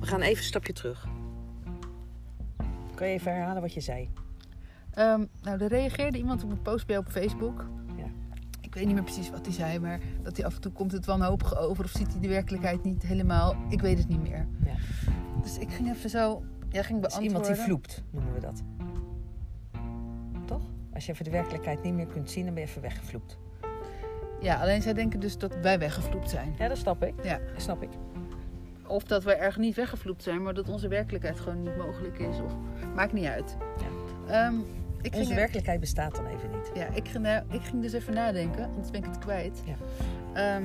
We gaan even een stapje terug. Kan je even herhalen wat je zei? Er reageerde iemand op een post bij jou op Facebook. Ja. Ik weet niet meer precies wat hij zei, maar dat hij af en toe komt het wanhopig over of ziet hij de werkelijkheid niet helemaal. Ik weet het niet meer. Ja. Dus ik ging even zo, ging beantwoorden. Iemand die vloept, noemen we dat. Toch? Als je even de werkelijkheid niet meer kunt zien, dan ben je even weggevloept. Ja, alleen zij denken dus dat wij weggevloept zijn. Ja, dat snap ik. Ja. Dat snap ik. Of dat wij erg niet weggevloept zijn, maar dat onze werkelijkheid gewoon niet mogelijk is. Of maakt niet uit. Ja. Onze werkelijkheid bestaat dan even niet. Ja, ik ging dus even nadenken, anders ben ik het kwijt. Ja.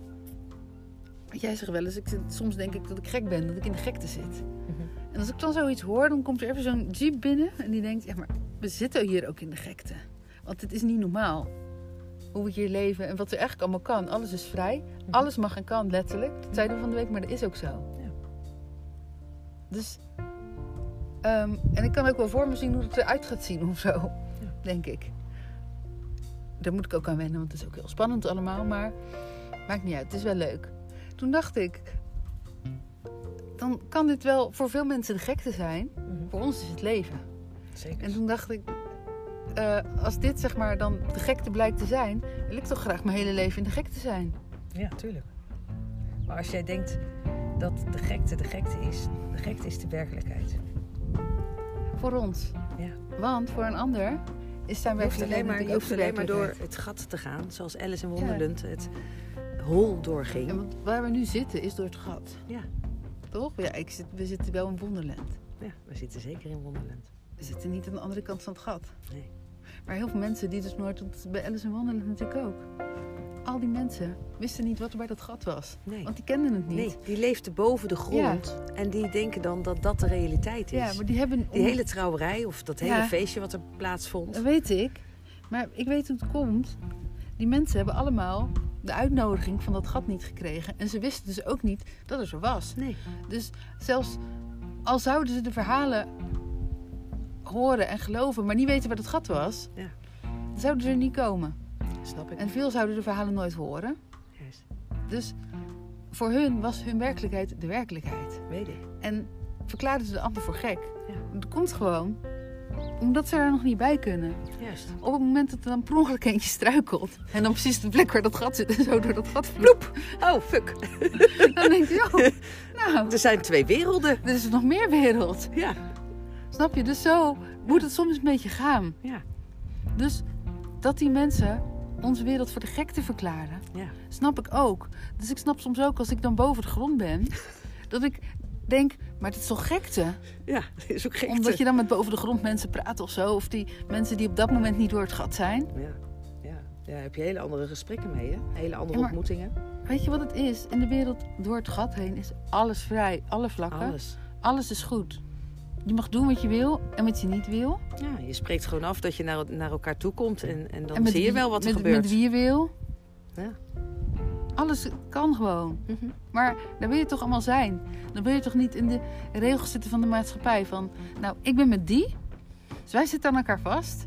Jij zegt wel eens, soms denk ik dat ik gek ben, dat ik in de gekte zit. Mm-hmm. En als ik dan zoiets hoor, dan komt er even zo'n jeep binnen en die denkt, ja, maar we zitten hier ook in de gekte. Want het is niet normaal hoe we hier leven en wat er eigenlijk allemaal kan. Alles is vrij, alles mag en kan, letterlijk. Dat zeiden we van de week, maar dat is ook zo. Ja. Dus, en ik kan ook wel voor me zien hoe het eruit gaat zien of zo, denk ik. Daar moet ik ook aan wennen, want het is ook heel spannend allemaal, maar maakt niet uit, het is wel leuk. Toen dacht ik, dan kan dit wel voor veel mensen de gekte zijn. Mm-hmm. Voor ons is het leven. Zeker. En toen dacht ik, als dit zeg maar dan de gekte blijkt te zijn, wil ik toch graag mijn hele leven in de gekte zijn. Ja, tuurlijk. Maar als jij denkt dat de gekte is de werkelijkheid. Voor ons. Ja. Want voor een ander is zijn werkelijkheid Je hoeft alleen maar door het gat te gaan, zoals Alice in Wonderland het hol doorging. Ja, want waar we nu zitten is door het gat. Ja. Toch? Ja, we zitten wel in Wonderland. Ja, we zitten zeker in Wonderland. We zitten niet aan de andere kant van het gat. Nee. Maar heel veel mensen die dus nooit, bij Alice in Wonderland natuurlijk ook. Al die mensen wisten niet wat er bij dat gat was. Nee. Want die kenden het niet. Nee, die leefden boven de grond. Ja. En die denken dan dat dat de realiteit is. Ja, maar die hebben... Die hele trouwerij of dat hele feestje wat er plaatsvond. Dat weet ik. Maar ik weet hoe het komt. Die mensen hebben allemaal de uitnodiging van dat gat niet gekregen. En ze wisten dus ook niet dat het er was. Nee. Dus zelfs al zouden ze de verhalen horen en geloven, maar niet weten waar dat gat was, ja, dan zouden ze er niet komen. Snap ik. En veel zouden de verhalen nooit horen. Juist. Dus voor hun was hun werkelijkheid de werkelijkheid. Weet ik. En verklaarden ze de ander voor gek. Ja. Dat komt gewoon omdat ze er nog niet bij kunnen. Juist. Op het moment dat er dan per ongeluk eentje struikelt en dan precies de plek waar dat gat zit en zo door dat gat vloep. Oh, fuck. Dan denk je, nou, er zijn 2 werelden. Er is nog meer wereld. Ja. Snap je? Dus zo moet het soms een beetje gaan. Ja. Dus dat die mensen onze wereld voor de gekte verklaren, snap ik ook. Dus ik snap soms ook als ik dan boven de grond ben, dat ik denk, maar het is toch gekte? Ja, het is ook gekte. Omdat je dan met boven de grond mensen praat of zo. Of die mensen die op dat moment niet door het gat zijn. Ja, daar heb je hele andere gesprekken mee, hè? Hele andere ontmoetingen. Weet je wat het is? In de wereld door het gat heen is alles vrij. Alle vlakken. Alles is goed. Je mag doen wat je wil en wat je niet wil. Ja, je spreekt gewoon af dat je naar elkaar toe komt. En dan zie je wel wat er gebeurt. Met wie je wil. Ja. Alles kan gewoon. Mm-hmm. Maar daar wil je toch allemaal zijn. Dan wil je toch niet in de regels zitten van de maatschappij. Van, nou, ik ben met die. Dus wij zitten aan elkaar vast.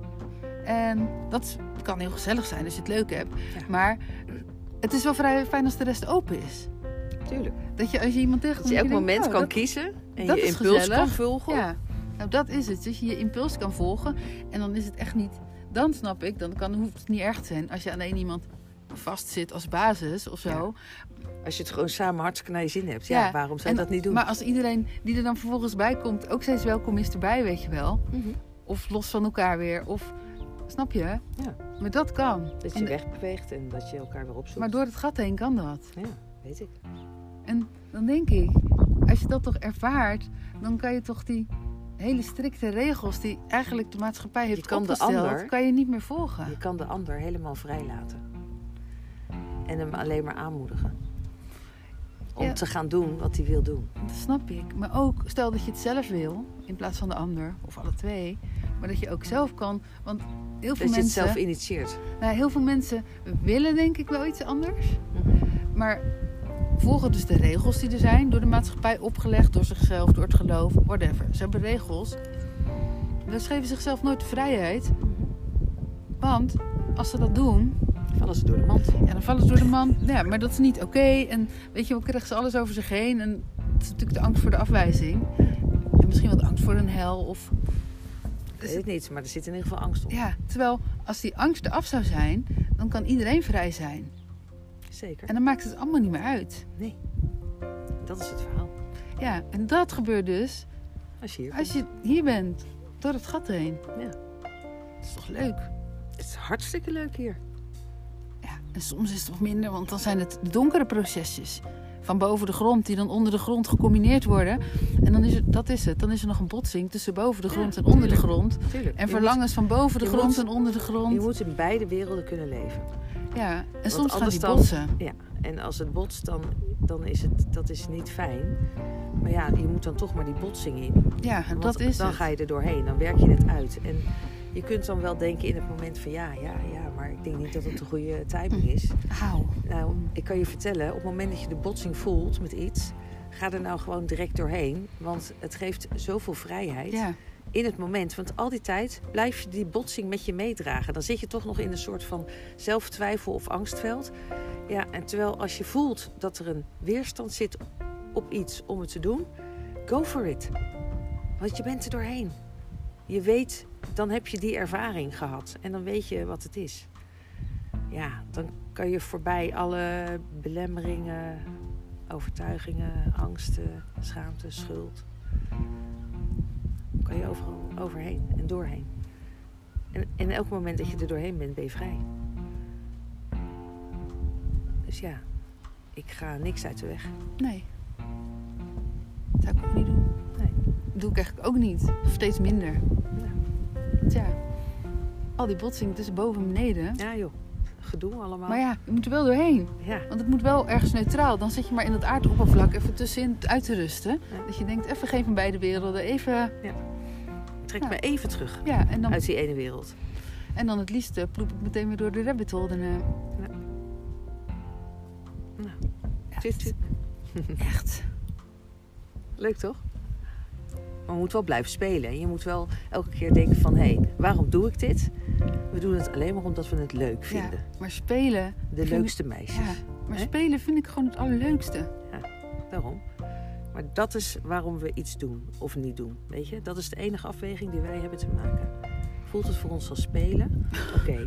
En dat kan heel gezellig zijn als je het leuk hebt. Ja. Maar het is wel vrij fijn als de rest open is. Tuurlijk. Dat je als je iemand tegenkomt... Dat je elk moment kan kiezen. En je impuls kan volgen. Ja, nou dat is het. Dat je je impuls kan volgen. En dan is het echt niet... Dan snap ik, hoeft het niet erg te zijn. Als je alleen iemand vastzit als basis of zo. Ja. Als je het gewoon samen hartstikke naar je zin hebt. Ja, waarom zou je dat niet doen? Maar als iedereen die er dan vervolgens bij komt... ook steeds welkom is erbij, weet je wel. Mm-hmm. Of los van elkaar weer. Of, snap je? Ja. Maar dat kan. Dat je wegbeweegt en dat je elkaar weer opzoekt. Maar door het gat heen kan dat. Ja, weet ik. En dan denk ik, als je dat toch ervaart... dan kan je toch die hele strikte regels... die eigenlijk de maatschappij heeft opgesteld... kan je niet meer volgen. Je kan de ander helemaal vrij laten. En hem alleen maar aanmoedigen. Om te gaan doen wat hij wil doen. Dat snap ik. Maar ook, stel dat je het zelf wil... in plaats van de ander, of alle twee... maar dat je ook zelf kan... want heel veel mensen... Dat je het zelf initieert. Nou, heel veel mensen willen denk ik wel iets anders. Mm-hmm. Maar volgen dus de regels die er zijn... door de maatschappij opgelegd, door zichzelf, door het geloof, whatever. Ze hebben regels. Dus geven zichzelf nooit de vrijheid. Want als ze dat doen... vallen ze door de mand. Ja, dan vallen ze door de mand. Ja, maar dat is niet oké. En weet je, dan krijgen ze alles over zich heen. En is natuurlijk de angst voor de afwijzing. En misschien wel de angst voor een hel. Of... Ik weet het niet, maar er zit in ieder geval angst op. Ja, terwijl als die angst eraf zou zijn, dan kan iedereen vrij zijn. Zeker. En dan maakt het allemaal niet meer uit. Nee, dat is het verhaal. Ja, en dat gebeurt dus Als je hier bent, door het gat heen. Ja. Dat is toch leuk? Het is hartstikke leuk hier. Ja, en soms is het wat minder, want dan zijn het de donkere procesjes. Van boven de grond, die dan onder de grond gecombineerd worden. En dan is het, dat is het. Dan is er nog een botsing tussen boven de grond en onder de grond. Tuurlijk. En verlangens van boven de grond en onder de grond. Je moet in beide werelden kunnen leven. Ja, en soms gaan die dan, botsen. Ja, en als het botst, dan is dat is niet fijn. Maar ja, je moet dan toch maar die botsing in. Ja, Want dat is dan het. ga je er doorheen, dan werk je het uit. En je kunt dan wel denken in het moment van ja, maar ik denk niet dat het de goede timing is. Auw. Nou, ik kan je vertellen, op het moment dat je de botsing voelt met iets, ga er nou gewoon direct doorheen. Want het geeft zoveel vrijheid. Ja. In het moment, want al die tijd blijf je die botsing met je meedragen. Dan zit je toch nog in een soort van zelftwijfel of angstveld. Ja, en terwijl als je voelt dat er een weerstand zit op iets om het te doen, go for it. Want je bent er doorheen. Je weet, dan heb je die ervaring gehad en dan weet je wat het is. Ja, dan kan je voorbij alle belemmeringen, overtuigingen, angsten, schaamte, schuld. Kan je overal overheen en doorheen. En in elk moment dat je er doorheen bent, ben je vrij. Dus ja, ik ga niks uit de weg. Nee. Dat zou ik ook niet doen. Nee. Dat doe ik eigenlijk ook niet. Of steeds minder. Ja. Tja, al die botsingen tussen boven en beneden. Ja joh, gedoe allemaal. Maar ja, je moet er wel doorheen. Ja. Want het moet wel ergens neutraal. Dan zit je maar in dat aardoppervlak even tussenin uit te rusten. Ja. Dat je denkt, even geen van beide werelden. Even... Trek Ja. me even terug Ja, en dan, uit die ene wereld. en dan het liefst ploep ik meteen weer door de rabbit hole daarna. Nou, Ja, tjut, tjut. echt. Leuk toch? Maar we moeten wel blijven spelen. En je moet wel elke keer denken van, hé, waarom doe ik dit? We doen het alleen maar omdat we het leuk vinden. Ja, maar spelen... De leukste meisjes. Ja, maar Hè? spelen vind ik gewoon het allerleukste. Daarom. Maar dat is waarom we iets doen of niet doen. Weet je? Dat is de enige afweging die wij hebben te maken. Voelt het voor ons als spelen? Oké.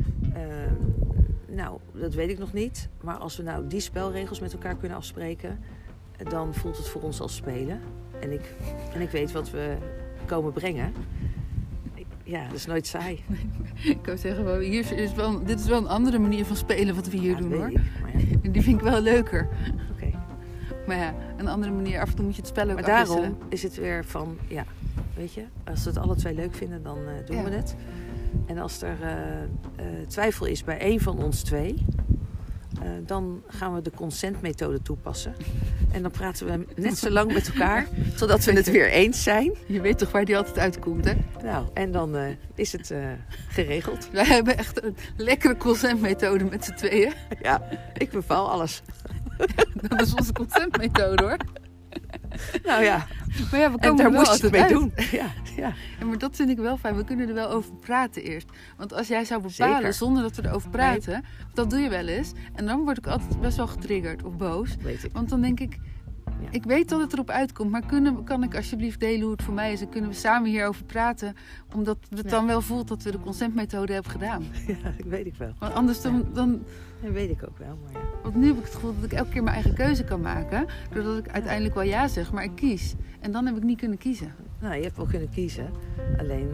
Nou, dat weet ik nog niet. Maar als we nou die spelregels met elkaar kunnen afspreken, dan voelt het voor ons als spelen. En ik weet wat we komen brengen. Ja, dat is nooit saai. Ik kan zeggen, dit is wel een andere manier van spelen wat we hier Ja, doen, dat hoor. weet ik. Maar ja, En die vind ik wel leuker. oké. Maar ja, een andere manier. Af en toe moet je het spel ook Maar afwisselen. daarom is het weer van, ja, weet je, als we het alle twee leuk vinden, dan doen Ja. we het. En als er twijfel is bij één van ons twee, dan gaan we de consentmethode toepassen. En dan praten we net zo lang met elkaar, totdat we het weer eens zijn. Je weet toch waar die altijd uitkomt, hè? Nou, en dan is het geregeld. Wij hebben echt een lekkere consentmethode met z'n tweeën. Ja, ik bepaal alles. Dat is onze consentmethode, hoor. Nou ja, Maar ja, we en komen daar er wel moest je het altijd mee uit. doen. Ja. Ja, maar dat vind ik wel fijn. We kunnen er wel over praten eerst. Want als jij zou bepalen Zeker. zonder dat we erover praten, dat doe je wel eens. En dan word ik altijd best wel getriggerd of boos. Weet ik. Want dan denk ik, Ja. ik weet dat het erop uitkomt, maar kan ik alsjeblieft delen hoe het voor mij is? En kunnen we samen hierover praten, omdat het Ja. dan wel voelt dat we de consentmethode hebben gedaan. Ja, dat weet ik wel. Want anders dan Dat weet ik ook wel, maar ja. want nu heb ik het gevoel dat ik elke keer mijn eigen keuze kan maken, doordat ik uiteindelijk wel ja zeg, maar ik kies. En dan heb ik niet kunnen kiezen. Nou, je hebt wel kunnen kiezen. Alleen,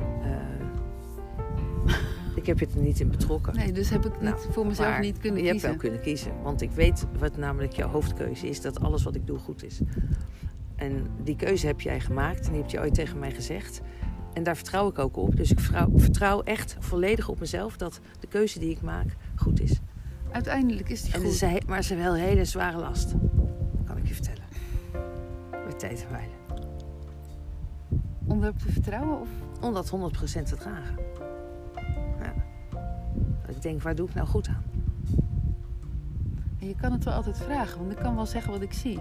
ik heb je er niet in betrokken. Nee, dus heb ik niet Nou, voor mezelf maar niet kunnen je kiezen. hebt wel kunnen kiezen. Want ik weet wat namelijk jouw hoofdkeuze is. Dat alles wat ik doe goed is. En die keuze heb jij gemaakt. En die heb je ooit tegen mij gezegd. En daar vertrouw ik ook op. Dus ik vertrouw echt volledig op mezelf. Dat de keuze die ik maak goed is. Uiteindelijk is die En goed. maar het is wel een hele zware last. Kan ik je vertellen. Met tijd en wijle. Om erop te vertrouwen? Of? Om dat 100% te dragen. Ja. Dat ik denk, waar doe ik nou goed aan? En je kan het wel altijd vragen, want ik kan wel zeggen wat ik zie.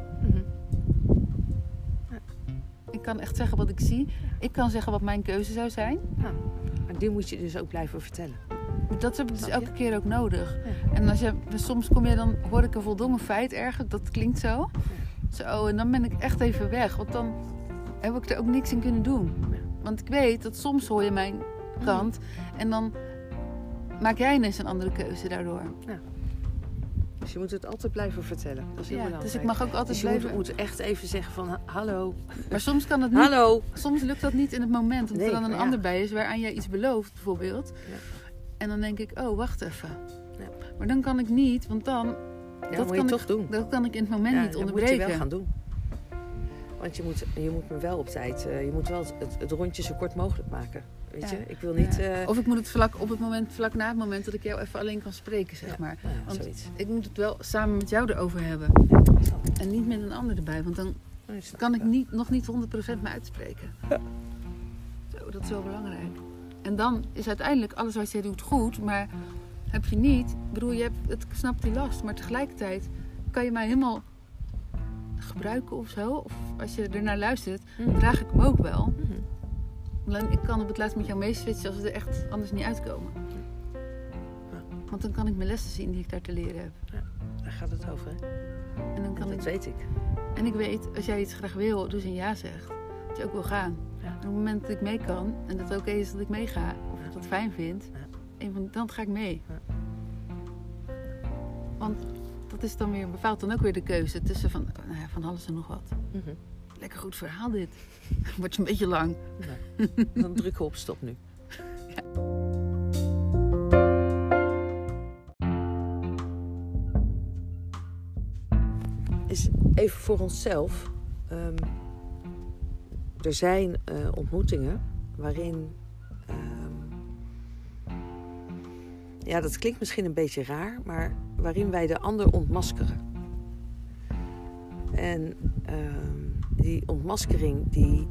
Ik kan echt zeggen wat ik zie. Ik kan zeggen wat mijn keuze zou zijn. Nou, maar die moet je dus ook blijven vertellen. Dat heb ik dus Snap je? elke keer ook nodig. Ja. En soms hoor ik een voldongen feit ergens, dat klinkt zo. Zo, en dan ben ik echt even weg. Want dan heb ik er ook niks in kunnen doen. Ja. Want ik weet dat soms hoor je mijn kant. En dan maak jij ineens een andere keuze daardoor. Dus je moet het altijd blijven vertellen. Dat is heel belangrijk. Dus ik mag ook altijd dus je blijven... moet echt even zeggen van hallo. Maar soms kan het niet. Hallo. Soms lukt dat niet in het moment. Omdat er dan een ja. ander bij is waaraan jij iets belooft, bijvoorbeeld. Ja. En dan denk ik, oh, wacht even. Ja. Maar dan kan ik niet, want dan... Ja, dat moet kan je ik toch doen. Dat kan ik in het moment niet dat onderbreken. moet je wel gaan doen. Want je moet me wel op tijd... je moet wel het rondje zo kort mogelijk maken. Weet je? Ik wil niet... Of ik moet het vlak na het moment dat ik jou even alleen kan spreken, zeg maar. Nou ja, Want zoiets. ik moet het wel samen met jou erover hebben. Ja, snap ik. En niet met een ander erbij, want dan Snap kan ik ik nog niet 100% me uitspreken. Ja. Zo, dat is wel belangrijk. En dan is uiteindelijk alles wat jij doet goed, maar heb je niet... Ik bedoel, je hebt het snapt die last, maar tegelijkertijd kan je mij helemaal gebruiken of zo. Of als je ernaar luistert, draag ik hem ook wel. Mhm. Alleen ik kan op het laatst met jou meeswitchen als we er echt anders niet uitkomen. Want dan kan ik mijn lessen zien die ik daar te leren heb. Ja, daar gaat het over, hè? En dan kan Dat weet ik. En ik weet, als jij iets graag wil, dus een ja zegt, dat je ook wil gaan. Ja. En op het moment dat ik mee kan, en dat het oké is dat ik meega, of ik dat fijn vind, dan ga ik mee. Ja. Want dat is dan weer, bepaalt dan ook weer de keuze tussen van alles en nog wat. Mhm. Lekker goed verhaal dit. Wordt je een beetje lang. Nou, dan drukken we op stop nu. Is even voor onszelf. Er zijn ontmoetingen waarin... ja, dat klinkt misschien een beetje raar, maar waarin wij de ander ontmaskeren. En die ontmaskering die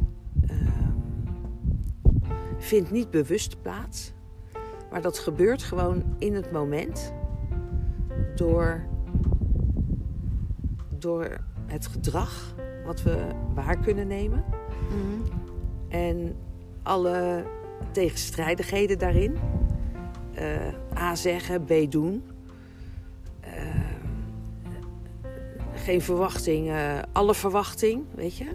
vindt niet bewust plaats, maar dat gebeurt gewoon in het moment door het gedrag wat we waar kunnen nemen en alle tegenstrijdigheden daarin. A zeggen, B doen. Geen verwachting, alle verwachting, weet je.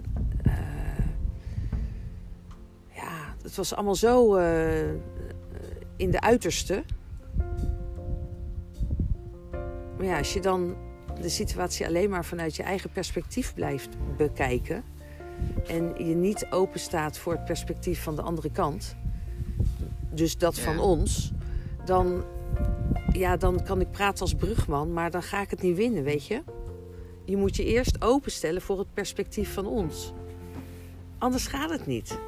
Ja, het was allemaal zo in de uiterste. Maar ja, als je dan de situatie alleen maar vanuit je eigen perspectief blijft bekijken en je niet open staat voor het perspectief van de andere kant, dus dat van ons, dan kan ik praten als brugman, maar dan ga ik het niet winnen, weet je. Je moet je eerst openstellen voor het perspectief van ons. Anders gaat het niet.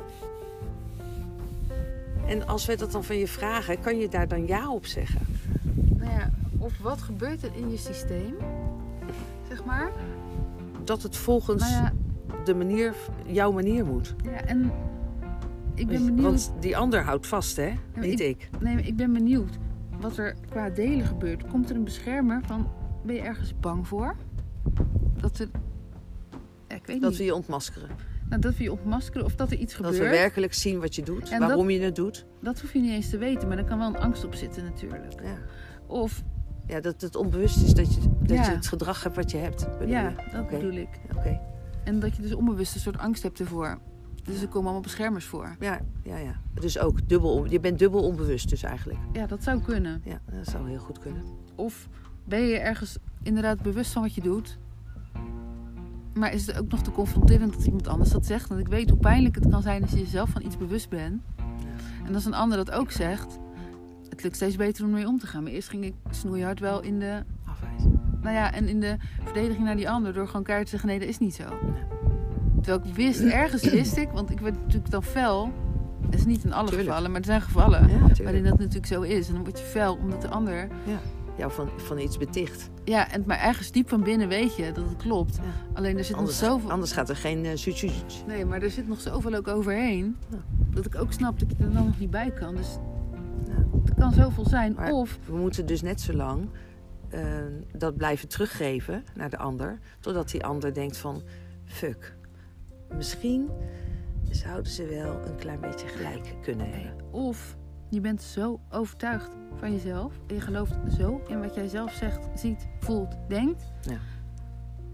En als wij dat dan van je vragen, kan je daar dan ja op zeggen? Nou ja, of wat gebeurt er in je systeem, zeg maar? Dat het volgens jouw manier moet. Ja, en ik ben benieuwd... Want die ander houdt vast, hè? Niet ik. Nee, maar ik ben benieuwd wat er qua delen gebeurt. Komt er een beschermer van... Ben je ergens bang voor? Dat we... Ja, ik weet niet. Dat we je ontmaskeren. Nou, dat we je ontmaskeren of dat er iets gebeurt. Dat we werkelijk zien wat je doet. En waarom je het doet. Dat hoef je niet eens te weten. Maar er kan wel een angst op zitten natuurlijk. Ja. Of... Ja, dat het onbewust is dat je het gedrag hebt wat je hebt. Ja, dat bedoel ik. Oké. En dat je dus onbewust een soort angst hebt ervoor. Dus er komen allemaal beschermers voor. Ja. Dus ook je bent dubbel onbewust dus eigenlijk. Ja, dat zou kunnen. Ja, dat zou heel goed kunnen. Of ben je ergens inderdaad bewust van wat je doet. Maar is het ook nog te confronterend dat iemand anders dat zegt? Want ik weet hoe pijnlijk het kan zijn als je jezelf van iets bewust bent. Ja. En als een ander dat ook zegt, het lukt steeds beter om ermee om te gaan. Maar eerst ging ik snoeihard wel in de afwijzing. Nou ja, en in de verdediging naar die ander door gewoon keihard te zeggen, nee, dat is niet zo. Ja. Terwijl ik ergens wist ik, want ik werd natuurlijk dan fel. Dat is niet in alle gevallen, maar er zijn gevallen waarin dat natuurlijk zo is. En dan word je fel omdat de ander... Ja, van iets beticht. Ja, maar ergens diep van binnen weet je dat het klopt. Ja. Alleen er zit nog zoveel... Anders gaat er geen Nee, maar er zit nog zoveel ook overheen. Ja. Dat ik ook snap dat je er dan nog niet bij kan. Dus er kan zoveel zijn. Maar of... we moeten dus net zo lang dat blijven teruggeven naar de ander. Totdat die ander denkt van... Fuck, misschien zouden ze wel een klein beetje gelijk kunnen hebben. Of je bent zo overtuigd van jezelf. En je gelooft zo in wat jij zelf zegt, ziet, voelt, denkt. Ja.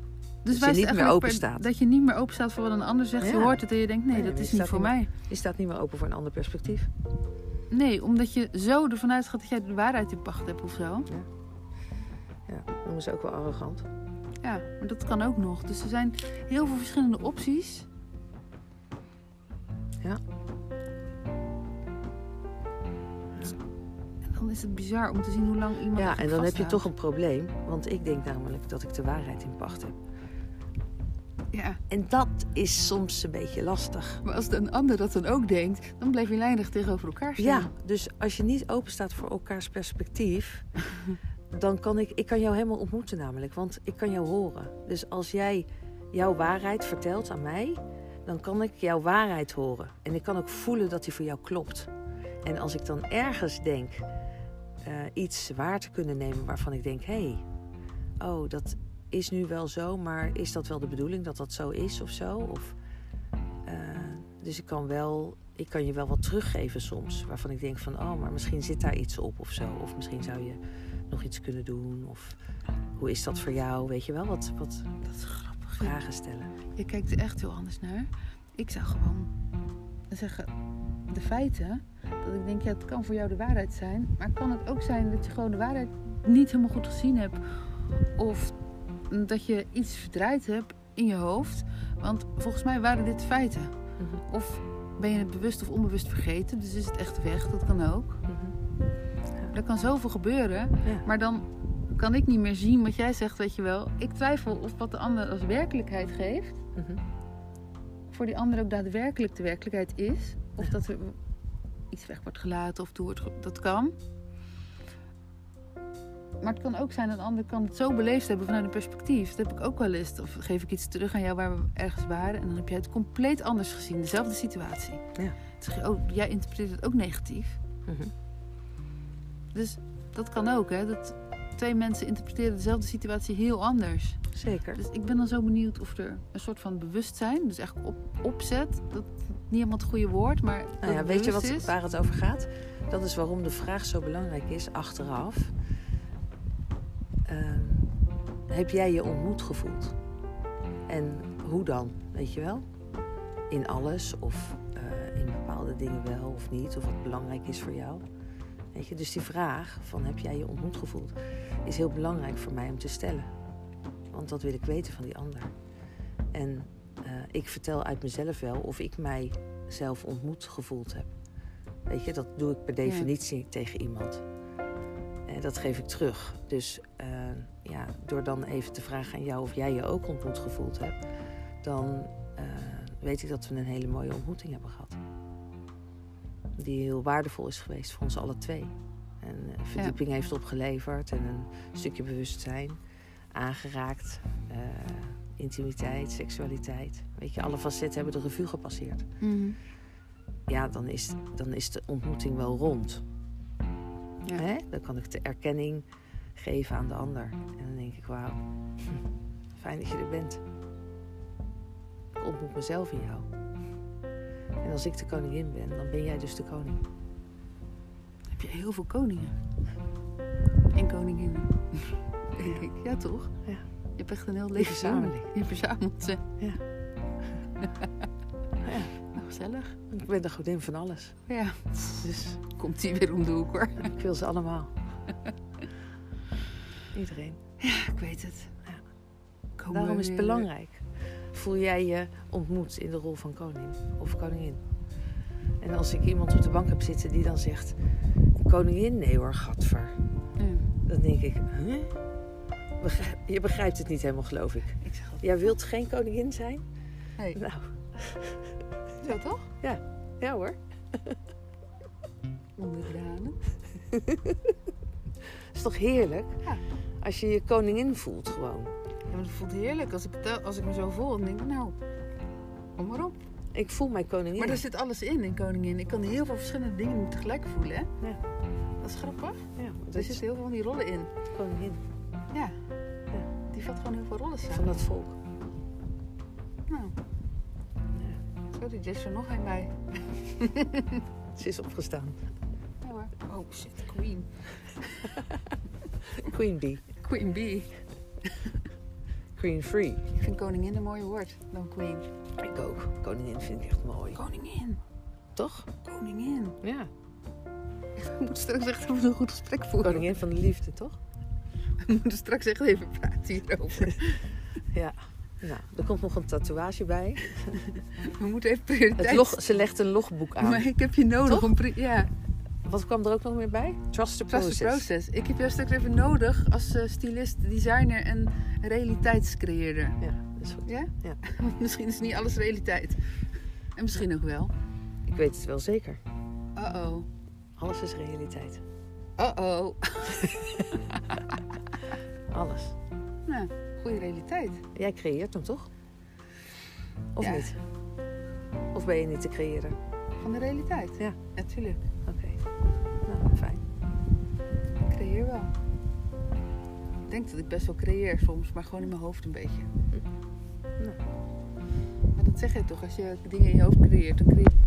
Dus je niet meer open staat. Dat je niet meer open staat voor wat een ander zegt. Je hoort het en je denkt, nee, dat is niet voor mij. Je staat niet meer open voor een ander perspectief. Nee, omdat je zo ervan uitgaat dat jij de waarheid in pacht hebt of zo. Ja, noemen ze ook wel arrogant. Ja, maar dat kan ook nog. Dus er zijn heel veel verschillende opties. Ja. En dan is het bizar om te zien hoe lang iemand. Ja, en dan heb je toch een probleem. Want ik denk namelijk dat ik de waarheid in pacht heb. Ja. En dat is soms een beetje lastig. Maar als een ander dat dan ook denkt, dan blijf je lijnig tegenover elkaar staan. Ja, dus als je niet open staat voor elkaars perspectief, dan kan ik kan jou helemaal ontmoeten namelijk. Want ik kan jou horen. Dus als jij jouw waarheid vertelt aan mij, dan kan ik jouw waarheid horen. En ik kan ook voelen dat die voor jou klopt. En als ik dan ergens denk iets waar te kunnen nemen waarvan ik denk, oh, dat is nu wel zo, maar is dat wel de bedoeling dat dat zo is of zo? Of, dus ik kan je wel wat teruggeven soms, waarvan ik denk van, oh, maar misschien zit daar iets op of zo. Of misschien zou je nog iets kunnen doen. Of hoe is dat voor jou? Weet je wel, wat dat is grappig, vragen stellen. Je kijkt er echt heel anders naar. Ik zou gewoon zeggen, de feiten, dat ik denk, ja, het kan voor jou de waarheid zijn, maar kan het ook zijn dat je gewoon de waarheid niet helemaal goed gezien hebt, of dat je iets verdraaid hebt in je hoofd, want volgens mij waren dit feiten. Mm-hmm. Of ben je het bewust of onbewust vergeten, dus is het echt weg, dat kan ook. Mm-hmm. Er kan zoveel gebeuren, Ja. maar dan kan ik niet meer zien wat jij zegt, weet je wel. Ik twijfel of wat de ander als werkelijkheid geeft, Mm-hmm. voor die ander ook daadwerkelijk de werkelijkheid is. Of dat er iets weg wordt gelaten of toe dat kan. Maar het kan ook zijn dat een ander kan het zo beleefd hebben vanuit een perspectief. Dat heb ik ook wel eens. Of geef ik iets terug aan jou waar we ergens waren. En dan heb jij het compleet anders gezien. Dezelfde situatie. Ja. Dan zeg je, oh, jij interpreteert het ook negatief. Mm-hmm. Dus dat kan ook, hè. Dat twee mensen interpreteren dezelfde situatie heel anders. Zeker. Dus ik ben dan zo benieuwd of er een soort van bewustzijn, dus eigenlijk opzet, dat niet helemaal het goede woord, maar Nou ja, dat weet je bewust waar het over gaat? Dat is waarom de vraag zo belangrijk is, achteraf. Heb jij je ontmoet gevoeld? En hoe dan, weet je wel? In alles of in bepaalde dingen wel of niet, of wat belangrijk is voor jou. Weet je? Dus die vraag van heb jij je ontmoet gevoeld, is heel belangrijk voor mij om te stellen. Want dat wil ik weten van die ander. En ik vertel uit mezelf wel of ik mijzelf ontmoet gevoeld heb. Weet je, dat doe ik per definitie tegen iemand. En dat geef ik terug. Dus door dan even te vragen aan jou of jij je ook ontmoet gevoeld hebt, dan weet ik dat we een hele mooie ontmoeting hebben gehad. Die heel waardevol is geweest voor ons alle twee. En verdieping heeft opgeleverd en een stukje bewustzijn aangeraakt. Intimiteit, seksualiteit. Weet je, alle facetten hebben de revue gepasseerd. Mm-hmm. Ja, dan is de ontmoeting wel rond. Ja. Hè? Dan kan ik de erkenning geven aan de ander. En dan denk ik, wauw, fijn dat je er bent. Ik ontmoet mezelf in jou. En als ik de koningin ben, dan ben jij dus de koning. Heb je heel veel koningen. En koninginnen. Denk ik. Ja, toch? Ja. Je hebt echt een heel Die leven verzameling. Je verzamelt ze. Ja. Ja. Nou, gezellig. Ik ben de godin van alles. Ja. Dus Komt die weer om de hoek, hoor. ik wil ze allemaal. Iedereen. Ja, ik weet het. Ja. Daarom is het belangrijk. Voel jij je ontmoet in de rol van koning of koningin? En als ik iemand op de bank heb zitten die dan zegt, koningin? Nee hoor, gadver. Ja. Dan denk ik, huh? Je begrijpt het niet helemaal, geloof ik. Ik zeg altijd, Jij wilt geen koningin zijn? hey. Nou, Zo toch? ja hoor. Onderdanen. Is toch heerlijk? Ja. Als je je koningin voelt gewoon. Ja, maar het voelt heerlijk. Als ik me zo voel, dan denk ik, nou, kom maar op. Ik voel mij koningin. Maar er zit alles in koningin. Ik kan heel veel verschillende dingen tegelijk voelen, hè? Ja. Dat is grappig. Ja, dat Er is zitten heel veel van die rollen in. koningin Ja. Die vat gewoon heel veel rollen samen. van dat volk. Nou. Sorry, er is er nog een bij. Ze is opgestaan. Ja hoor. Oh shit, Queen. Queen Bee. Queen Bee. screen free. Ik vind koningin een mooier woord dan queen. Ik ook. Koningin vind ik echt mooi. Koningin. Toch? Koningin. Ja. We moeten straks echt even een goed gesprek voeren. Koningin van de liefde, toch? We moeten straks echt even praten hierover. Ja. Nou, er komt nog een tatoeage bij. We moeten even prioriteit... Ze legt een logboek aan. Maar ik heb je nodig om... Ja. Wat kwam er ook nog meer bij? Trust the process. Ik heb jou straks even nodig als stylist, designer en realiteitscreëerder. Ja, dat is goed. Ja? Ja. Misschien is niet alles realiteit. En misschien ook wel. Ik weet het wel zeker. Uh-oh. Alles is realiteit. Uh-oh. Alles. Nou, goede realiteit. Jij creëert hem toch? Of Ja. niet? Of ben je niet te creëren? Van de realiteit? Ja. Natuurlijk. Oké. Nou, fijn. Ik creëer wel. Ik denk dat ik best wel creëer soms, maar gewoon in mijn hoofd een beetje. Nou. Maar dat zeg je toch, als je dingen in je hoofd creëert, dan creëer je...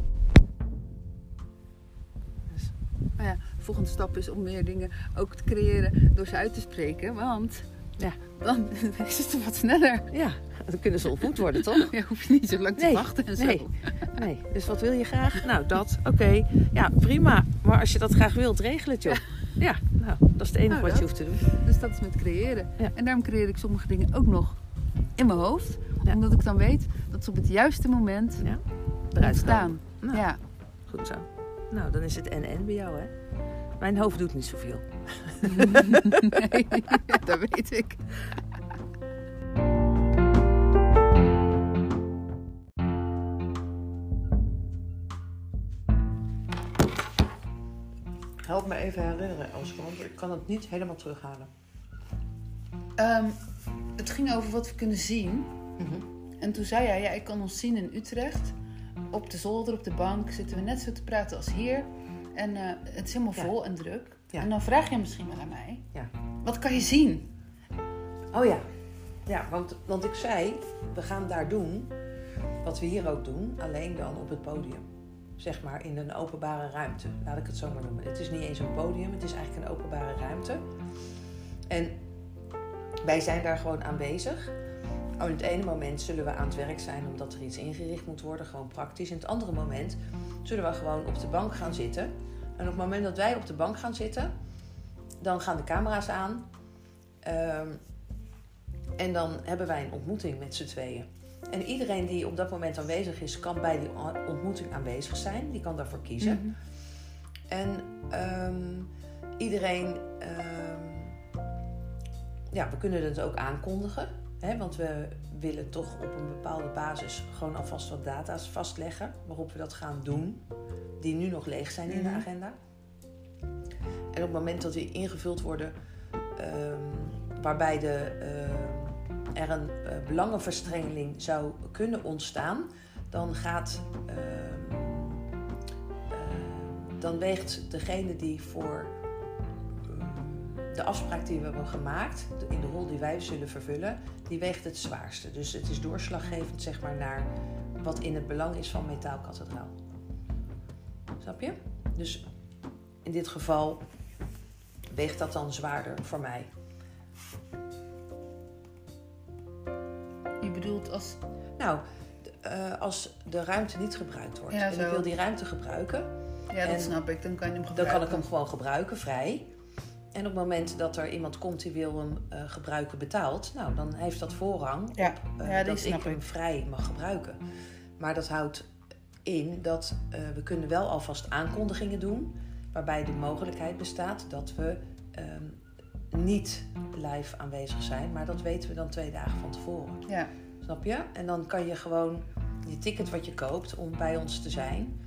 Dus. Maar ja, de volgende stap is om meer dingen ook te creëren door ze uit te spreken, want Ja. dan is het wat sneller. Ja, dan kunnen ze ontmoet worden, toch? Ja, hoef je niet zo lang te wachten en zo. Nee. Dus wat wil je graag? Nou, dat. Oké. Ja, prima. Maar als je dat graag wilt, regel het, joh. Ja, nou, dat is het enige wat je hoeft te doen. Dus dat is met creëren. Ja. En daarom creëer ik sommige dingen ook nog in mijn hoofd. Ja. Omdat ik dan weet dat ze op het juiste moment Ja, eruit ontstaan. komen. Nou, Ja. goed zo. Nou, dan is het en bij jou, hè? Mijn hoofd doet niet zoveel. Nee, dat weet ik. Help me even herinneren, Elske, want ik kan het niet helemaal terughalen. Het ging over wat we kunnen zien. En toen zei jij, ja, ik kan ons zien in Utrecht. Op de zolder, op de bank, zitten we net zo te praten als hier. En het is helemaal vol en druk. Ja. En dan vraag je misschien wel aan mij, Ja. wat kan je zien? Oh ja. Ja, want ik zei, we gaan daar doen wat we hier ook doen, alleen dan op het podium. Zeg maar in een openbare ruimte, laat ik het zo maar noemen. Het is niet eens een podium, het is eigenlijk een openbare ruimte. En wij zijn daar gewoon aanwezig. Oh, in het ene moment zullen we aan het werk zijn omdat er iets ingericht moet worden, gewoon praktisch. In het andere moment zullen we gewoon op de bank gaan zitten. En op het moment dat wij op de bank gaan zitten, dan gaan de camera's aan. En dan hebben wij een ontmoeting met z'n tweeën. En iedereen die op dat moment aanwezig is, kan bij die ontmoeting aanwezig zijn. Die kan daarvoor kiezen. En iedereen... we kunnen het ook aankondigen. Hè, want we willen toch op een bepaalde basis gewoon alvast wat data's vastleggen. Waarop we dat gaan doen. Die nu nog leeg zijn in de agenda. En op het moment dat die ingevuld worden... waarbij er een belangenverstrengeling zou kunnen ontstaan... dan weegt degene die voor de afspraak die we hebben gemaakt... in de rol die wij zullen vervullen, die weegt het zwaarste. Dus het is doorslaggevend, zeg maar, naar wat in het belang is van Metaalkathedraal. Snap je? Dus in dit geval weegt dat dan zwaarder voor mij. Je bedoelt als... Nou, als de ruimte niet gebruikt wordt. Ja, en ik wil die ruimte gebruiken. Ja, dat en snap ik. Dan kan je hem gebruiken. Dan kan ik hem gewoon gebruiken, vrij. En op het moment dat er iemand komt die wil hem gebruiken betaald... nou, dan heeft dat voorrang Ja. op Ja, dat ik hem vrij mag gebruiken. Maar dat houdt in dat we kunnen wel alvast aankondigingen doen... waarbij de mogelijkheid bestaat dat we niet live aanwezig zijn... maar dat weten we dan 2 dagen van tevoren. Ja. Snap je? En dan kan je gewoon je ticket wat je koopt om bij ons te zijn...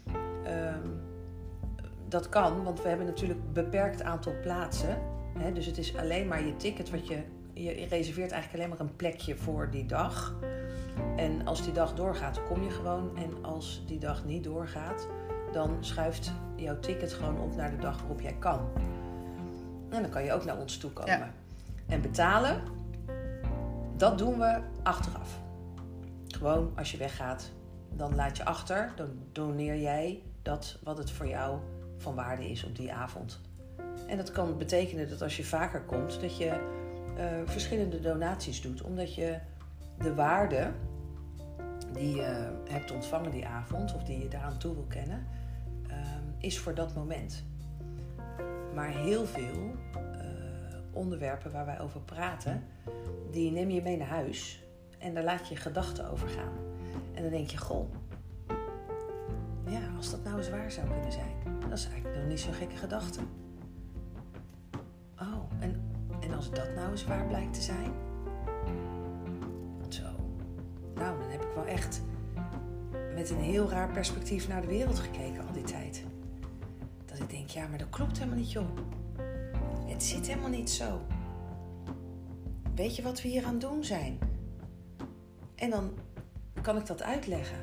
dat kan, want we hebben natuurlijk een beperkt aantal plaatsen. Hè? Dus het is alleen maar je ticket wat je reserveert eigenlijk alleen maar een plekje voor die dag. En als die dag doorgaat, kom je gewoon. En als die dag niet doorgaat, dan schuift jouw ticket gewoon op naar de dag waarop jij kan. En dan kan je ook naar ons toe komen. Ja. En betalen, dat doen we achteraf. Gewoon als je weggaat, dan laat je achter, dan doneer jij dat wat het voor jou van waarde is op die avond. En dat kan betekenen dat als je vaker komt, dat je verschillende donaties doet. Omdat je de waarde die je hebt ontvangen die avond, of die je daaraan toe wil kennen, is voor dat moment. Maar heel veel onderwerpen waar wij over praten, die neem je mee naar huis en daar laat je gedachten over gaan. En dan denk je, goh, ja, als dat nou eens waar zou kunnen zijn, dat is eigenlijk nog niet zo'n gekke gedachte. Oh, en als dat nou eens waar blijkt te zijn? Zo. Nou, dan heb ik wel echt met een heel raar perspectief naar de wereld gekeken al die tijd. Dat ik denk, ja, maar dat klopt helemaal niet, joh. Het zit helemaal niet zo. Weet je wat we hier aan het doen zijn? En dan kan ik dat uitleggen.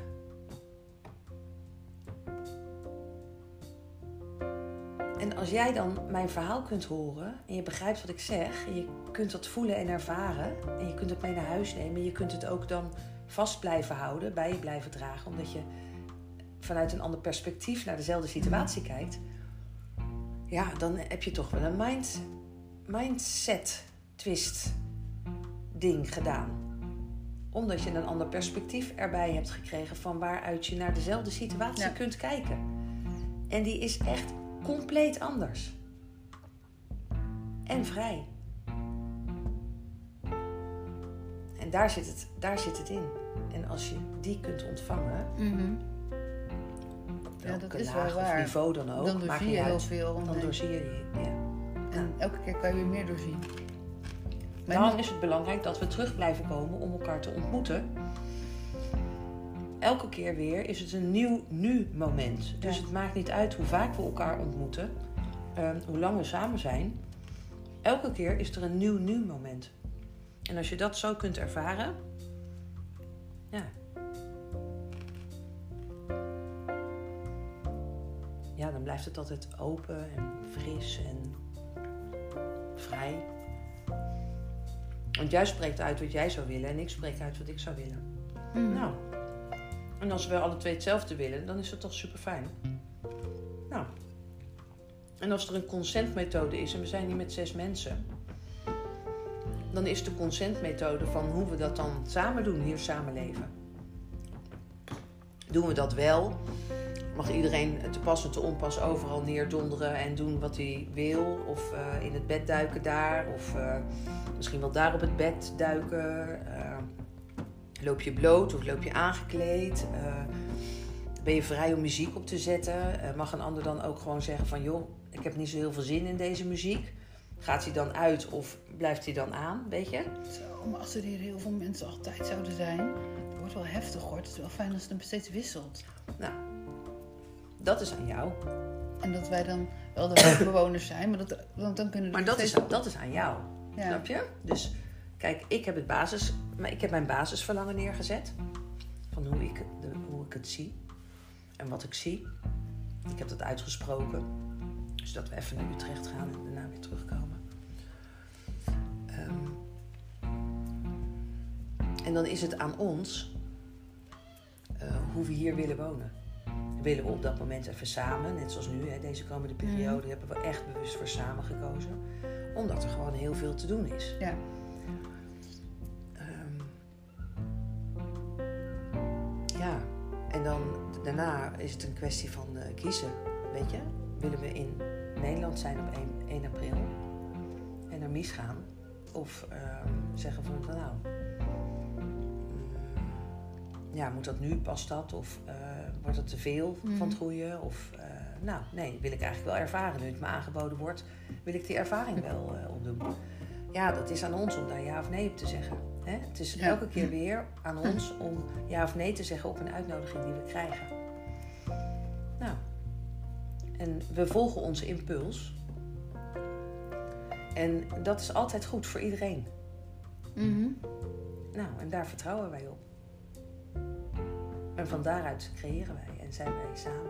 En als jij dan mijn verhaal kunt horen en je begrijpt wat ik zeg, en je kunt dat voelen en ervaren, en je kunt het mee naar huis nemen, en je kunt het ook dan vast blijven houden, bij je blijven dragen, omdat je vanuit een ander perspectief naar dezelfde situatie kijkt, ja, dan heb je toch wel een mindset twist ding gedaan. Omdat je een ander perspectief erbij hebt gekregen van waaruit je naar dezelfde situatie kunt kijken. En die is echt compleet anders. En vrij. En daar zit het in. En als je die kunt ontvangen, ja, dat is laag wel waar. Of niveau dan ook, Dan doorzie je heel veel. Dan doorzie je, ja. En elke keer kan je weer meer doorzien. Maar Daarom is het belangrijk dat we terug blijven komen om elkaar te ontmoeten. Elke keer weer is het een nieuw nu-moment. Dus het maakt niet uit hoe vaak we elkaar ontmoeten, hoe lang we samen zijn. Elke keer is er een nieuw nu-moment. En als je dat zo kunt ervaren, ja, dan blijft het altijd open en fris en vrij. Want jij spreekt uit wat jij zou willen en ik spreek uit wat ik zou willen. Nou, en als we alle twee hetzelfde willen, dan is dat toch super fijn. Nou, en als er een consentmethode is en we zijn hier met 6 mensen, dan is de consentmethode van hoe we dat dan samen doen, hier samenleven. Doen we dat wel, mag iedereen te pas en te onpas overal neerdonderen en doen wat hij wil. Of in het bed duiken daar. Of misschien wel daar op het bed duiken. Loop je bloot of loop je aangekleed? Ben je vrij om muziek op te zetten? Mag een ander dan ook gewoon zeggen van, joh, ik heb niet zo heel veel zin in deze muziek. Gaat hij dan uit of blijft hij dan aan, weet je? Zo, maar als er hier heel veel mensen altijd zouden zijn, dat wordt wel heftig hoor. Het is wel fijn als het steeds wisselt. Nou, dat is aan jou. En dat wij dan wel de hoofdbewoners zijn, maar dan kunnen we... Maar dat is aan jou, snap je? Dus kijk, ik heb mijn basisverlangen neergezet. Van hoe ik het zie. En wat ik zie. Ik heb dat uitgesproken. Zodat we even naar Utrecht gaan en daarna weer terugkomen. En dan is het aan ons hoe we hier willen wonen. Willen we op dat moment even samen, net zoals nu, deze komende periode, hebben we echt bewust voor samen gekozen. Omdat er gewoon heel veel te doen is. Ja. Ja, en dan daarna is het een kwestie van kiezen, weet je. Willen we in Nederland zijn op 1 april en naar Mies gaan? Of zeggen van, moet dat nu, past dat? Of wordt het te veel van het goede? Of nee, wil ik eigenlijk wel ervaren. Nu het me aangeboden wordt, wil ik die ervaring wel opdoen. Ja, dat is aan ons om daar ja of nee op te zeggen. Hè? Het is elke keer weer aan ons om ja of nee te zeggen op een uitnodiging die we krijgen. Nou, en we volgen onze impuls. En dat is altijd goed voor iedereen. Nou, en daar vertrouwen wij op. En van daaruit creëren wij en zijn wij samen.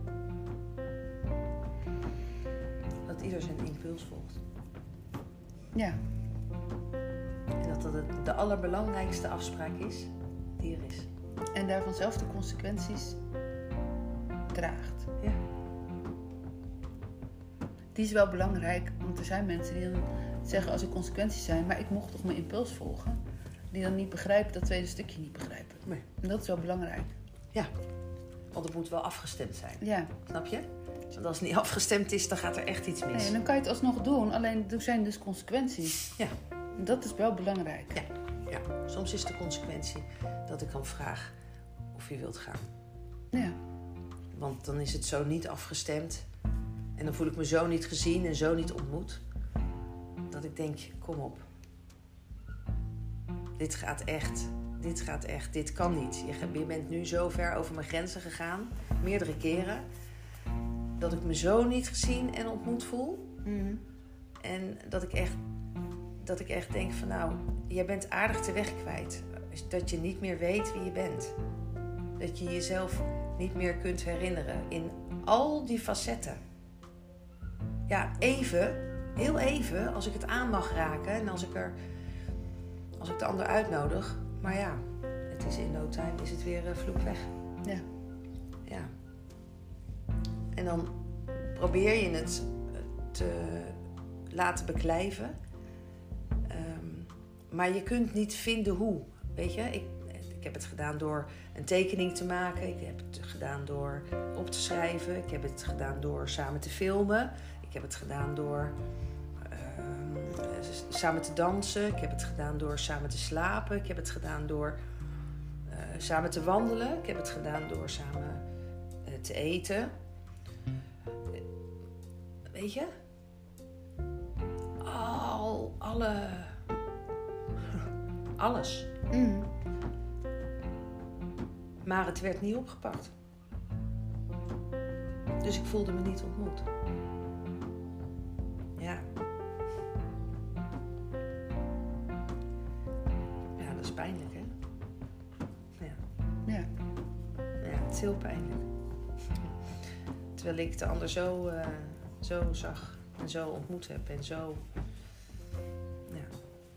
Dat ieder zijn impuls volgt. Ja. En dat het de allerbelangrijkste afspraak is die er is. En daarvan zelf de consequenties draagt. Ja. Die is wel belangrijk, want er zijn mensen die dan zeggen als er consequenties zijn, maar ik mocht toch mijn impuls volgen. Die dan niet begrijpen, dat tweede stukje niet begrijpen. Nee. En dat is wel belangrijk. Ja, want het moet wel afgestemd zijn. Ja. Snap je? Want als het niet afgestemd is, dan gaat er echt iets mis. Nee, en dan kan je het alsnog doen, alleen er zijn dus consequenties. Ja. En dat is wel belangrijk. Ja. Ja. Soms is de consequentie dat ik dan vraag of je wilt gaan. Ja. Want dan is het zo niet afgestemd. En dan voel ik me zo niet gezien en zo niet ontmoet. Dat ik denk, kom op. Dit gaat echt. Dit kan niet. Je bent nu zo ver over mijn grenzen gegaan. Meerdere keren. Dat ik me zo niet gezien en ontmoet voel. Mm-hmm. En dat ik echt denk van nou, jij bent aardig de weg kwijt. Dat je niet meer weet wie je bent. Dat je jezelf niet meer kunt herinneren in al die facetten. Ja, even, heel even, als ik het aan mag raken en als ik de ander uitnodig. Maar ja, het is in no time, is het weer vloek weg. Ja. Ja. En dan probeer je het te laten beklijven. Maar je kunt niet vinden hoe. Weet je, ik heb het gedaan door een tekening te maken. Ik heb het gedaan door op te schrijven. Ik heb het gedaan door samen te filmen. Ik heb het gedaan door samen te dansen. Ik heb het gedaan door samen te slapen. Ik heb het gedaan door samen te wandelen. Ik heb het gedaan door samen te eten. Weet je? Alles. Mm. Maar het werd niet opgepakt. Dus ik voelde me niet ontmoet. Ja. Ja, dat is pijnlijk, hè? Ja. Ja. Ja, het is heel pijnlijk. Terwijl ik de ander zo zag en zo ontmoet heb en zo... Ja.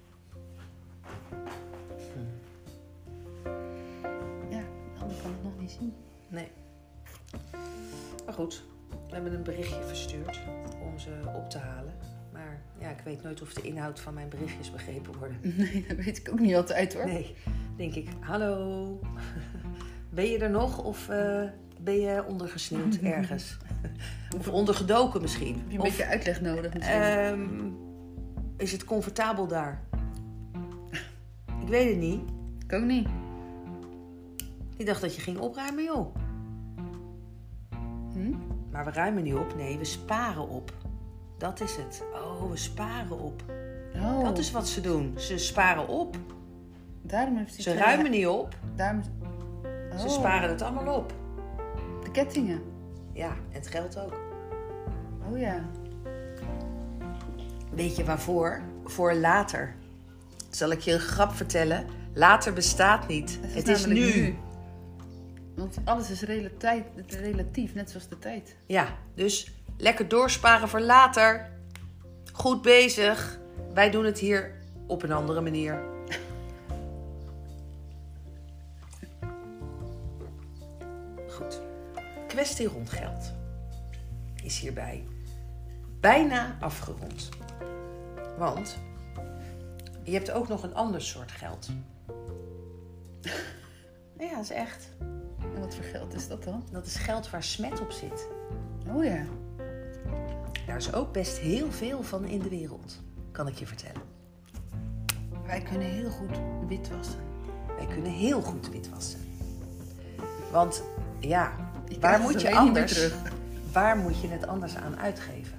Ja, de ander kan het nog niet zien. Nee. Maar goed, we hebben een berichtje verstuurd om ze op te halen. Maar ja, ik weet nooit of de inhoud van mijn berichtjes begrepen worden. Nee, dat weet ik ook niet altijd hoor. Nee, denk ik, hallo, ben je er nog of ben je ondergesneeuwd ergens? Of ondergedoken misschien? Heb je een Of, beetje uitleg nodig misschien? Is het comfortabel daar? Ik weet het niet. Ik ook niet. Ik dacht dat je ging opruimen, joh. Hm? Maar we ruimen niet op, nee, we sparen op. Dat is het. Oh, we sparen op. Oh, Dat is wat ze doen. Ze sparen op. daarom heeft hij Ze ruimen niet op. Daarom... Ze Oh, sparen het allemaal op. de kettingen. Ja, en het geld ook. Oh ja. Weet je waarvoor? Voor later. Zal ik je een grap vertellen? Later bestaat niet. Het is namelijk nu. Want alles is relatief, net zoals de tijd. Ja, dus lekker doorsparen voor later. Goed bezig. Wij doen het hier op een andere manier. Goed. Kwestie rond geld is hierbij bijna afgerond. Want je hebt ook nog een ander soort geld. Ja, dat is echt. En wat voor geld is dat dan? Dat is geld waar smet op zit. Oh ja. Daar is ook best heel veel van in de wereld, kan ik je vertellen. Wij kunnen heel goed witwassen. Wij kunnen heel goed witwassen. Want ja, Ik waar krijg moet het je alleen niet meer anders? terug. Waar moet je het anders aan uitgeven?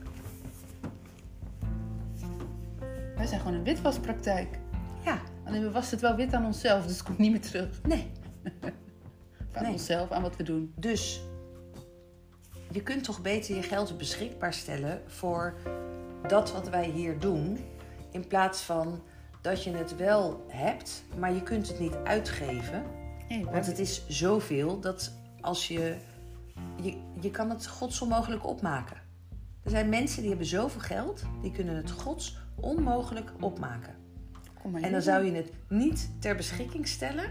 Wij zijn gewoon een witwaspraktijk. Ja, Alleen we wassen het wel wit aan onszelf, dus het komt niet meer terug. nee. Aan Nee. onszelf, aan wat we doen. Dus je kunt toch beter je geld beschikbaar stellen voor dat wat wij hier doen, in plaats van dat je het wel hebt, maar je kunt het niet uitgeven. Nee, Want het is zoveel dat als je kan het godsonmogelijk opmaken. Er zijn mensen die hebben zoveel geld, die kunnen het godsonmogelijk opmaken. Kom maar En dan zou je het niet ter beschikking stellen.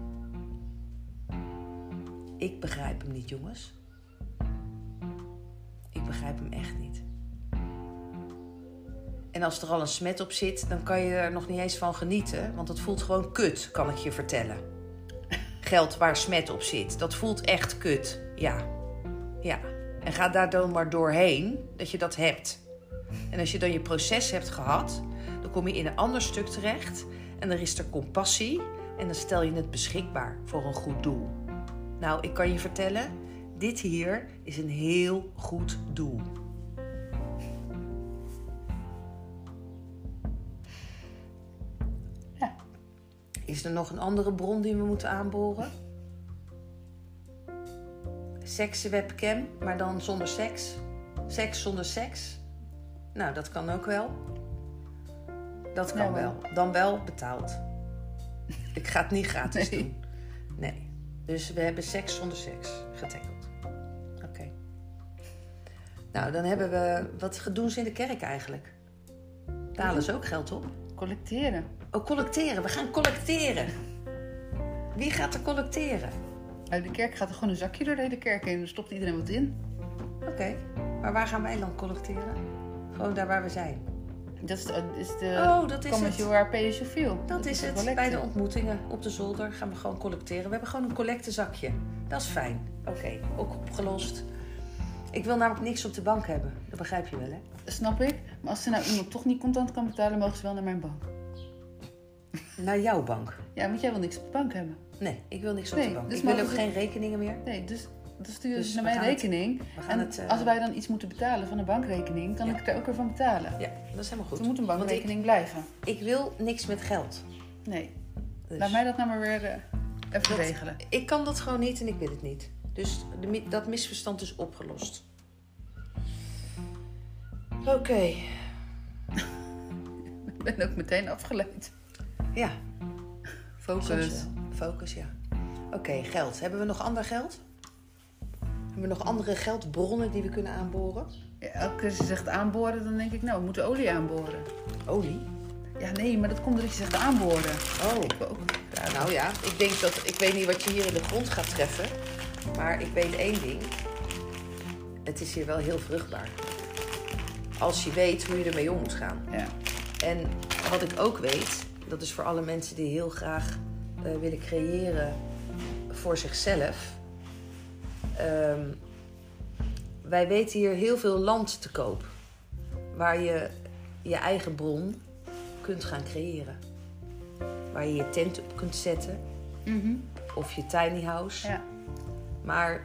Ik begrijp hem niet, jongens. Ik begrijp hem echt niet. En als er al een smet op zit, dan kan je er nog niet eens van genieten. Want het voelt gewoon kut, kan ik je vertellen. Geld waar smet op zit, dat voelt echt kut. Ja. En ga daar dan maar doorheen dat je dat hebt. En als je dan je proces hebt gehad, dan kom je in een ander stuk terecht. En dan is er compassie en dan stel je het beschikbaar voor een goed doel. Nou, ik kan je vertellen, dit hier is een heel goed doel. Ja. Is er nog een andere bron die we moeten aanboren? Sekswebcam, maar dan zonder seks. Seks zonder seks. Nou, dat kan ook wel. Dat kan wel. Dan wel betaald. Ik ga het niet gratis doen. Nee. Dus we hebben seks zonder seks getackeld. Oké. Nou, dan hebben we... Wat doen ze in de kerk eigenlijk? Daar halen ze ook geld op. Collecteren. Oh, collecteren. We gaan collecteren. Wie gaat er collecteren? Uit de kerk gaat er gewoon een zakje door de hele kerk heen. Dan stopt iedereen wat in. Oké. Maar waar gaan wij dan collecteren? Gewoon daar waar we zijn. Dat is de dat is Come het. as you are, pay as you feel. Dat is het. collecte. Bij de ontmoetingen op de zolder gaan we gewoon collecteren. We hebben gewoon een collectezakje. Dat is fijn. Oké, ook opgelost. Ik wil namelijk niks op de bank hebben. Dat begrijp je wel, hè? Snap ik. Maar als er nou iemand toch niet contant kan betalen, mogen ze wel naar mijn bank. Naar jouw bank? Ja, want jij wil niks op de bank hebben. Nee, ik wil niks op de bank. Dus ik wil ook geen rekeningen meer. Nee, dus stuur Dus naar mijn rekening. Als wij dan iets moeten betalen van een bankrekening, kan ik er ook weer van betalen. Ja, dat is helemaal goed. Er moet een bankrekening blijven. Ik wil niks met geld. Nee. Dus. Laat mij dat nou maar weer even regelen. Ik kan dat gewoon niet en ik wil het niet. Dus dat misverstand is opgelost. Oké. Ik ben ook meteen afgeleid. Ja. Focus. Focus, ja. Oké, geld. Hebben we nog ander geld? Hebben we nog andere geldbronnen die we kunnen aanboren? Ja, elke keer als je zegt aanboren, dan denk ik, nou, we moeten olie aanboren. Olie? Ja, nee, maar dat komt doordat je zegt aanboren. Oh. Ja, nou ja, ik denk ik weet niet wat je hier in de grond gaat treffen. Maar ik weet één ding. Het is hier wel heel vruchtbaar. Als je weet hoe je ermee om moet gaan. Ja. En wat ik ook weet, dat is voor alle mensen die heel graag willen creëren voor zichzelf. Wij weten hier heel veel land te koop. Waar je je eigen bron kunt gaan creëren. Waar je je tent op kunt zetten. Mm-hmm. Of je tiny house. Ja. Maar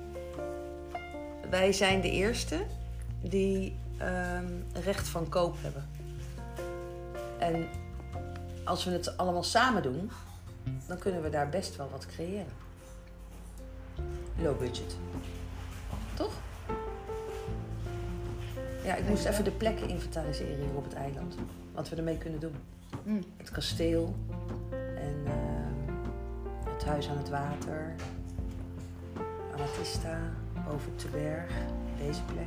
wij zijn de eerste die recht van koop hebben. En als we het allemaal samen doen, dan kunnen we daar best wel wat creëren. Low budget. Toch? Ja, ik moest even de plekken inventariseren hier op het eiland. Wat we ermee kunnen doen. Het kasteel en het huis aan het water. Amatista, boven op de berg, deze plek.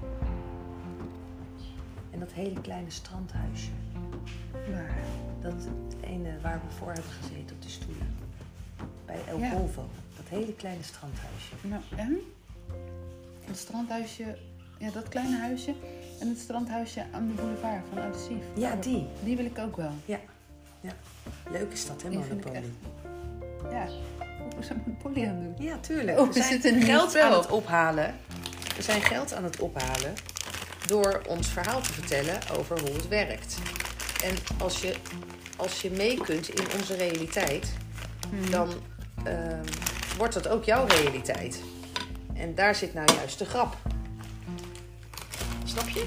En dat hele kleine strandhuisje. Waar? Dat ene waar we voor hebben gezeten op de stoelen. Bij El Ja. Polvo. Dat hele kleine strandhuisje. Nou, en? Het strandhuisje, ja, dat kleine huisje. En het strandhuisje aan de boulevard van Oudesief. Ja, die. Die wil ik ook wel. Ja. Leuk is dat, hè, Die vind ik Monopoly? Ja. Hoe zijn we Monopoly aan het doen? Ja, tuurlijk. Oh, we we zijn zitten in een geld spel. aan het ophalen. We zijn geld aan het ophalen door ons verhaal te vertellen over hoe het werkt. En als je mee kunt in onze realiteit, dan wordt dat ook jouw realiteit. En daar zit nou juist de grap. Snap je?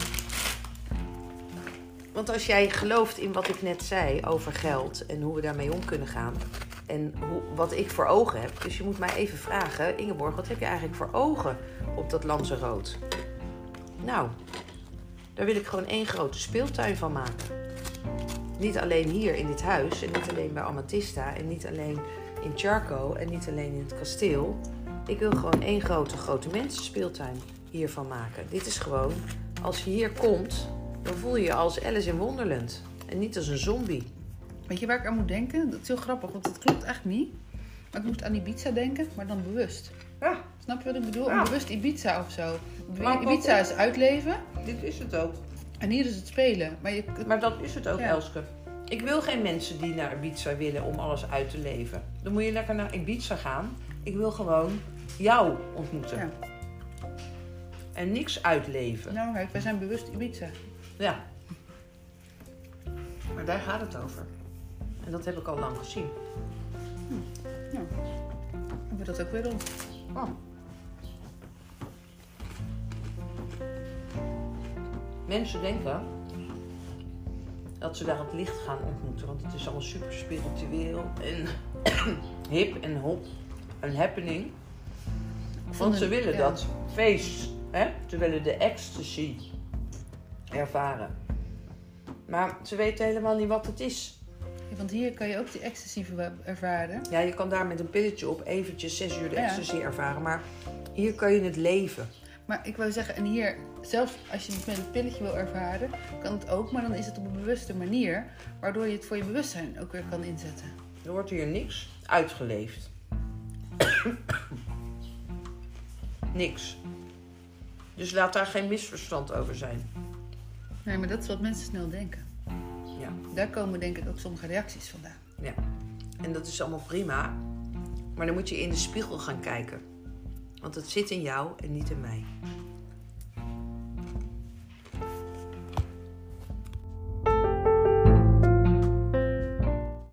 Want als jij gelooft in wat ik net zei over geld en hoe we daarmee om kunnen gaan en wat ik voor ogen heb. Dus je moet mij even vragen, Ingeborg, wat heb je eigenlijk voor ogen op dat Lanzarote? Nou, daar wil ik gewoon één grote speeltuin van maken. Niet alleen hier in dit huis en niet alleen bij Amatista en niet alleen in Charco en niet alleen in het kasteel. Ik wil gewoon één grote mensenspeeltuin hiervan maken. Dit is gewoon, als je hier komt, dan voel je je als Alice in Wonderland. En niet als een zombie. Weet je waar ik aan moet denken? Dat is heel grappig, want dat klopt eigenlijk niet. Maar ik moest aan Ibiza denken, maar dan bewust. Ja, Snap je wat ik bedoel? Ja. Bewust Ibiza of zo. Maar Ibiza is uitleven. dit is het ook. En hier is het spelen. Maar dat is het ook, Ja. Elske. Ik wil geen mensen die naar Ibiza willen om alles uit te leven. Dan moet je lekker naar Ibiza gaan. Ik wil gewoon jou ontmoeten. Ja. En niks uitleven. Nou, kijk, wij zijn bewust Ibiza. Ja. Maar daar gaat het over. En dat heb ik al lang gezien. Nou, hebben we dat ook weer rond. Oh. Mensen denken dat ze daar het licht gaan ontmoeten. Want het is allemaal super spiritueel en hip en hop. Een happening. Want ze willen dat feest. Hè? Ze willen de ecstasy ervaren. Maar ze weten helemaal niet wat het is. Ja, want hier kan je ook die ecstasy ervaren. Ja, je kan daar met een pilletje op eventjes 6 uur de Ja. ecstasy ervaren. Maar hier kan je het leven. Maar ik wou zeggen, en hier, zelfs als je het met een pilletje wil ervaren, kan het ook. Maar dan is het op een bewuste manier, waardoor je het voor je bewustzijn ook weer kan inzetten. Er wordt hier niks uitgeleefd. Niks. Dus laat daar geen misverstand over zijn. Nee, maar dat is wat mensen snel denken. Ja. Daar komen denk ik ook sommige reacties vandaan. Ja. En dat is allemaal prima. Maar dan moet je in de spiegel gaan kijken. Want het zit in jou en niet in mij.